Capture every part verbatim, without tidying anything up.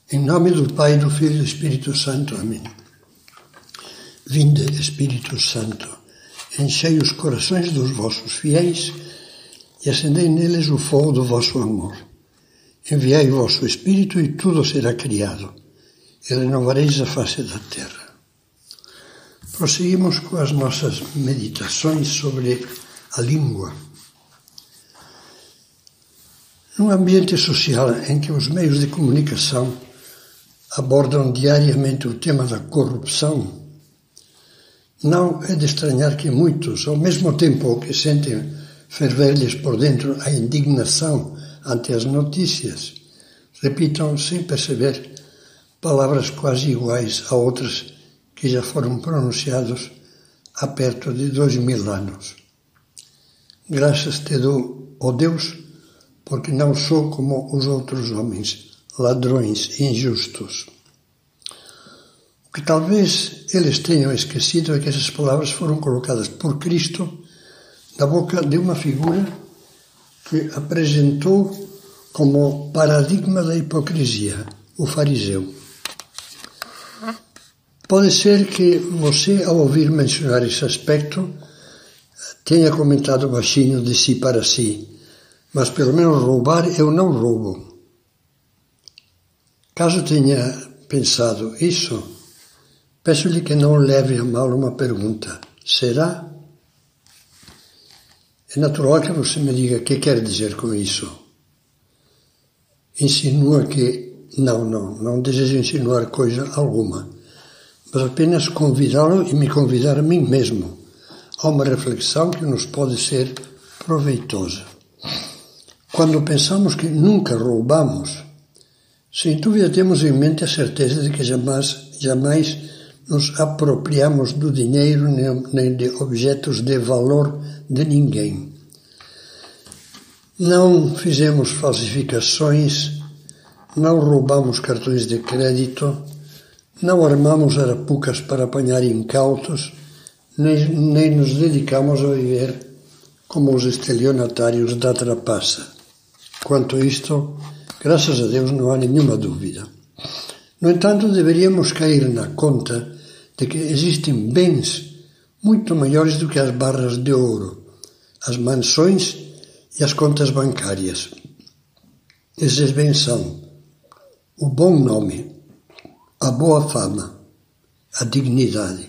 Em nome do Pai, do Filho e do Espírito Santo. Amém. Vinde, Espírito Santo, enchei os corações dos vossos fiéis e acendei neles o fogo do vosso amor. Enviai o vosso Espírito e tudo será criado, e renovareis a face da terra. Prosseguimos com as nossas meditações sobre a língua. Num ambiente social em que os meios de comunicação abordam diariamente o tema da corrupção, não é de estranhar que muitos, ao mesmo tempo que sentem ferver-lhes por dentro a indignação ante as notícias, repitam sem perceber palavras quase iguais a outras que já foram pronunciadas há perto de dois mil anos. Graças te dou, ó Deus, porque não sou como os outros homens, ladrões injustos. O que talvez eles tenham esquecido é que essas palavras foram colocadas por Cristo na boca de uma figura que apresentou como paradigma da hipocrisia, o fariseu. Pode ser que você, ao ouvir mencionar esse aspecto, tenha comentado baixinho de si para si, mas pelo menos roubar eu não roubo. Caso tenha pensado isso, peço-lhe que não leve a mal uma pergunta. Será? É natural que você me diga o que quer dizer com isso. Insinua que... Não, não, não desejo insinuar coisa alguma, mas apenas convidá-lo e me convidar a mim mesmo a uma reflexão que nos pode ser proveitosa. Quando pensamos que nunca roubamos, sem dúvida temos em mente a certeza de que jamais, jamais nos apropriamos do dinheiro nem de objetos de valor de ninguém. Não fizemos falsificações, não roubamos cartões de crédito, não armamos arapucas para apanhar incautos, nem, nem nos dedicamos a viver como os estelionatários da trapaça. Quanto a isto, graças a Deus não há nenhuma dúvida. No entanto, deveríamos cair na conta de que existem bens muito maiores do que as barras de ouro, as mansões e as contas bancárias. Esses bens são o bom nome, a boa fama, a dignidade.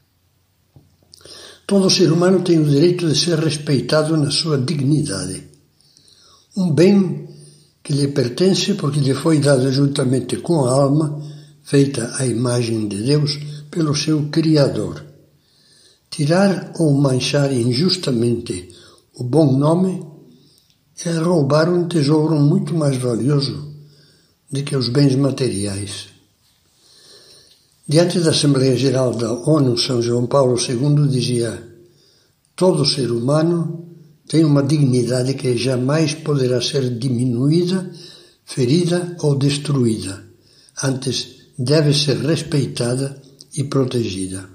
Todo ser humano tem o direito de ser respeitado na sua dignidade. Um bem que lhe pertence porque lhe foi dado juntamente com a alma, feita à imagem de Deus pelo seu Criador. Tirar ou manchar injustamente o bom nome é roubar um tesouro muito mais valioso do que os bens materiais. Diante da Assembleia Geral da ONU, São João Paulo segundo dizia: todo ser humano tem uma dignidade que jamais poderá ser diminuída, ferida ou destruída. Antes, deve ser respeitada e protegida.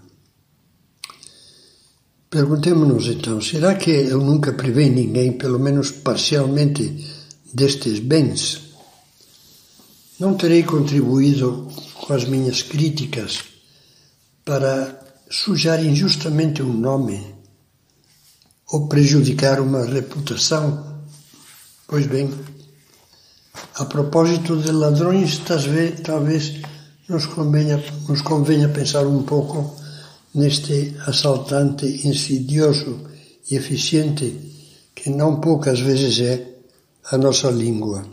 Perguntemos-nos então, será que eu nunca privei ninguém, pelo menos parcialmente, destes bens? Não terei contribuído com as minhas críticas para sujar injustamente um nome ou prejudicar uma reputação? Pois bem, a propósito de ladrões, talvez nos convenha, nos convenha pensar um pouco neste assaltante insidioso e eficiente que não poucas vezes é a nossa língua.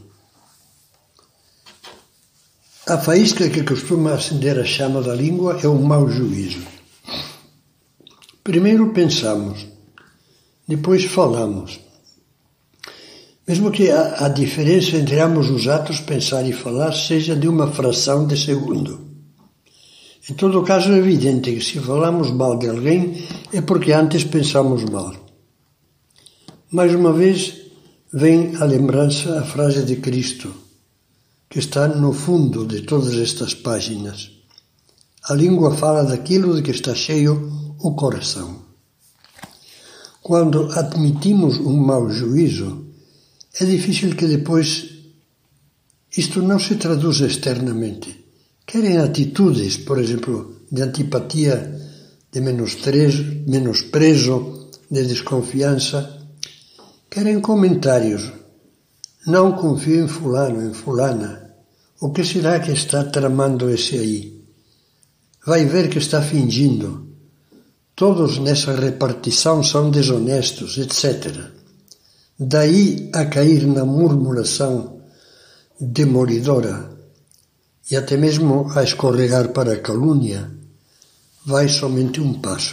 A faísca que costuma acender a chama da língua é o mau juízo. Primeiro pensamos, depois falamos. Mesmo que a, a diferença entre ambos os atos, pensar e falar, seja de uma fração de segundo. Em todo caso, é evidente que se falamos mal de alguém é porque antes pensamos mal. Mais uma vez, vem à lembrança a frase de Cristo, que está no fundo de todas estas páginas. A língua fala daquilo de que está cheio o coração. Quando admitimos um mau juízo, é difícil que depois Isto não se traduz externamente, quer em atitudes, por exemplo, de antipatia, de menosprezo, de desconfiança, quer em comentários. Não confio em fulano, em fulana. O que será que está tramando esse aí? Vai ver que está fingindo. Todos nessa repartição são desonestos, etcétera. Daí a cair na murmuração demolidora e até mesmo a escorregar para a calúnia, vai somente um passo.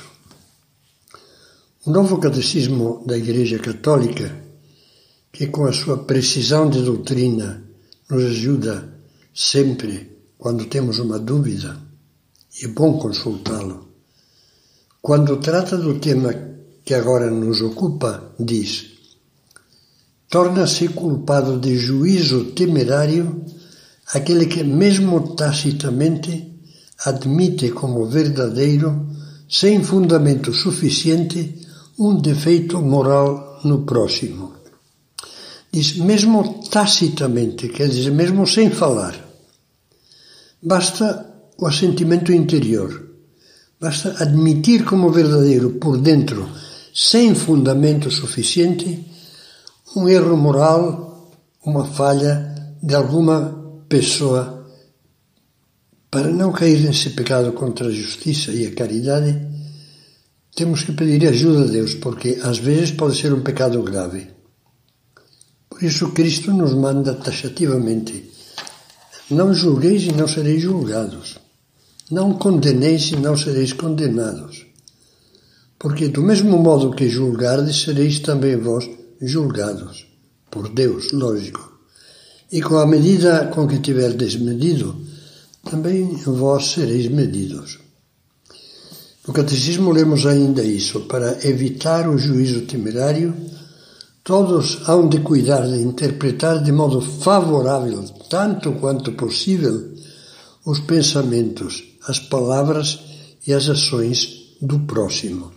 O novo catecismo da Igreja Católica, que com a sua precisão de doutrina nos ajuda sempre quando temos uma dúvida, e é bom consultá-lo. Quando trata do tema que agora nos ocupa, diz: torna-se culpado de juízo temerário aquele que, mesmo tacitamente, admite como verdadeiro, sem fundamento suficiente, um defeito moral no próximo. Diz mesmo tacitamente, quer dizer, mesmo sem falar. Basta o assentimento interior. Basta admitir como verdadeiro por dentro, sem fundamento suficiente, um erro moral, uma falha de alguma pessoa. Para não cair nesse pecado contra a justiça e a caridade, temos que pedir ajuda a Deus, porque às vezes pode ser um pecado grave. Por isso Cristo nos manda taxativamente: não julgueis e não sereis julgados. Não condeneis e não sereis condenados. Porque do mesmo modo que julgardes, sereis também vós julgados. Por Deus, lógico. E com a medida com que tiverdes medido, também vós sereis medidos. No Catecismo lemos ainda isso: para evitar o juízo temerário, todos hão de cuidar de interpretar de modo favorável, tanto quanto possível, os pensamentos, as palavras e as ações do próximo.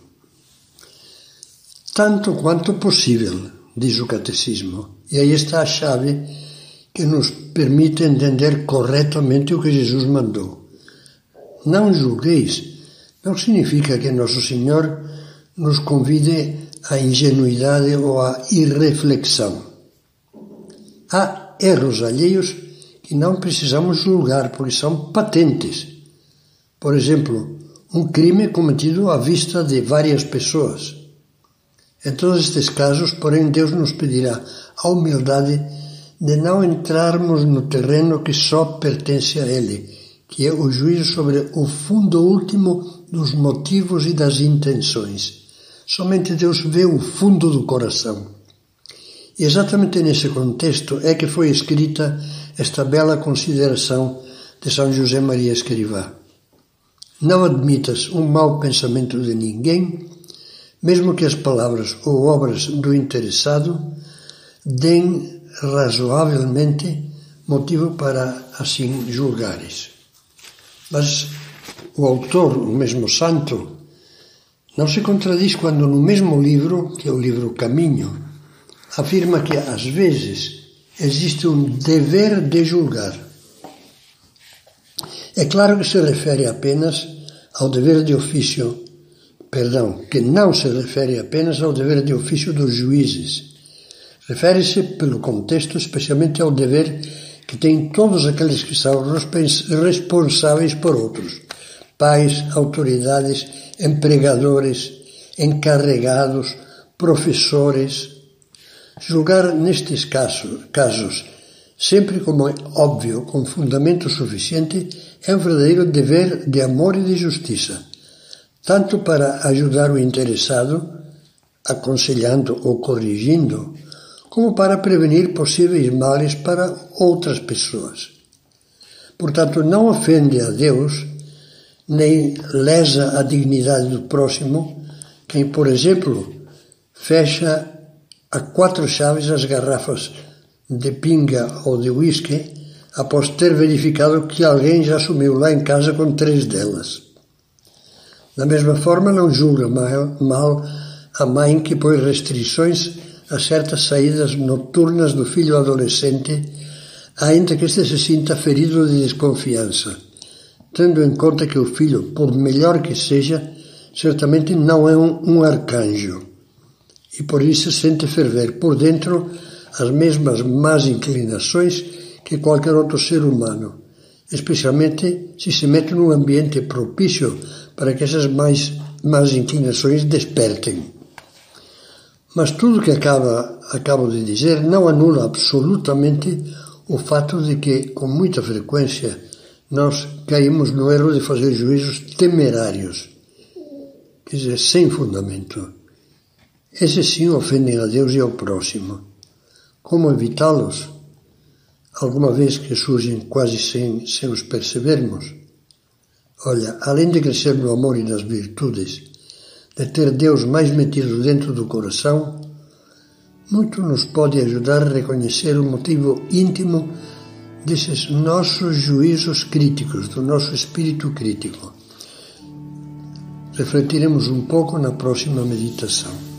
Tanto quanto possível, diz o Catecismo. E aí está a chave que nos permite entender corretamente o que Jesus mandou. Não julgueis não significa que Nosso Senhor nos convide à ingenuidade ou à irreflexão. Há erros alheios que não precisamos julgar, porque são patentes. Por exemplo, um crime cometido à vista de várias pessoas. Em todos estes casos, porém, Deus nos pedirá a humildade de não entrarmos no terreno que só pertence a Ele, que é o juízo sobre o fundo último dos motivos e das intenções. Somente Deus vê o fundo do coração. E exatamente nesse contexto é que foi escrita esta bela consideração de São José Maria Escrivá. Não admitas um mau pensamento de ninguém, mesmo que as palavras ou obras do interessado deem razoavelmente motivo para assim julgares. Mas o autor, o mesmo santo, não se contradiz quando no mesmo livro, que é o livro Caminho, afirma que às vezes existe um dever de julgar. É claro que se refere apenas ao dever de ofício, perdão, que não se refere apenas ao dever de ofício dos juízes. Refere-se, pelo contexto, especialmente ao dever que têm todos aqueles que são responsáveis por outros: pais, autoridades, empregadores, encarregados, professores. Julgar nestes casos, casos, sempre como é óbvio, com fundamento suficiente, é um verdadeiro dever de amor e de justiça, tanto para ajudar o interessado, aconselhando ou corrigindo, como para prevenir possíveis males para outras pessoas. Portanto, não ofende a Deus, nem lesa a dignidade do próximo, quem, por exemplo, fecha a quatro chaves as garrafas de pinga ou de whisky após ter verificado que alguém já sumiu lá em casa com três delas. Da mesma forma, não julga mal a mãe que põe restrições a certas saídas noturnas do filho adolescente ainda que este se sinta ferido de desconfiança, tendo em conta que o filho, por melhor que seja, certamente não é um, um arcanjo, e por isso sente ferver por dentro as mesmas más inclinações que qualquer outro ser humano, especialmente se se mete num ambiente propício para que essas mais, más inclinações despertem. Mas tudo o que acaba, acabo de dizer não anula absolutamente o fato de que, com muita frequência, nós caímos no erro de fazer juízos temerários, quer dizer, sem fundamento. Esses sim ofendem a Deus e ao próximo. Como evitá-los? Alguma vez que surgem quase sem, sem os percebermos? Olha, além de crescer no amor e nas virtudes, de ter Deus mais metido dentro do coração, muito nos pode ajudar a reconhecer o motivo íntimo desses nossos juízos críticos, do nosso espírito crítico. Refletiremos um pouco na próxima meditação.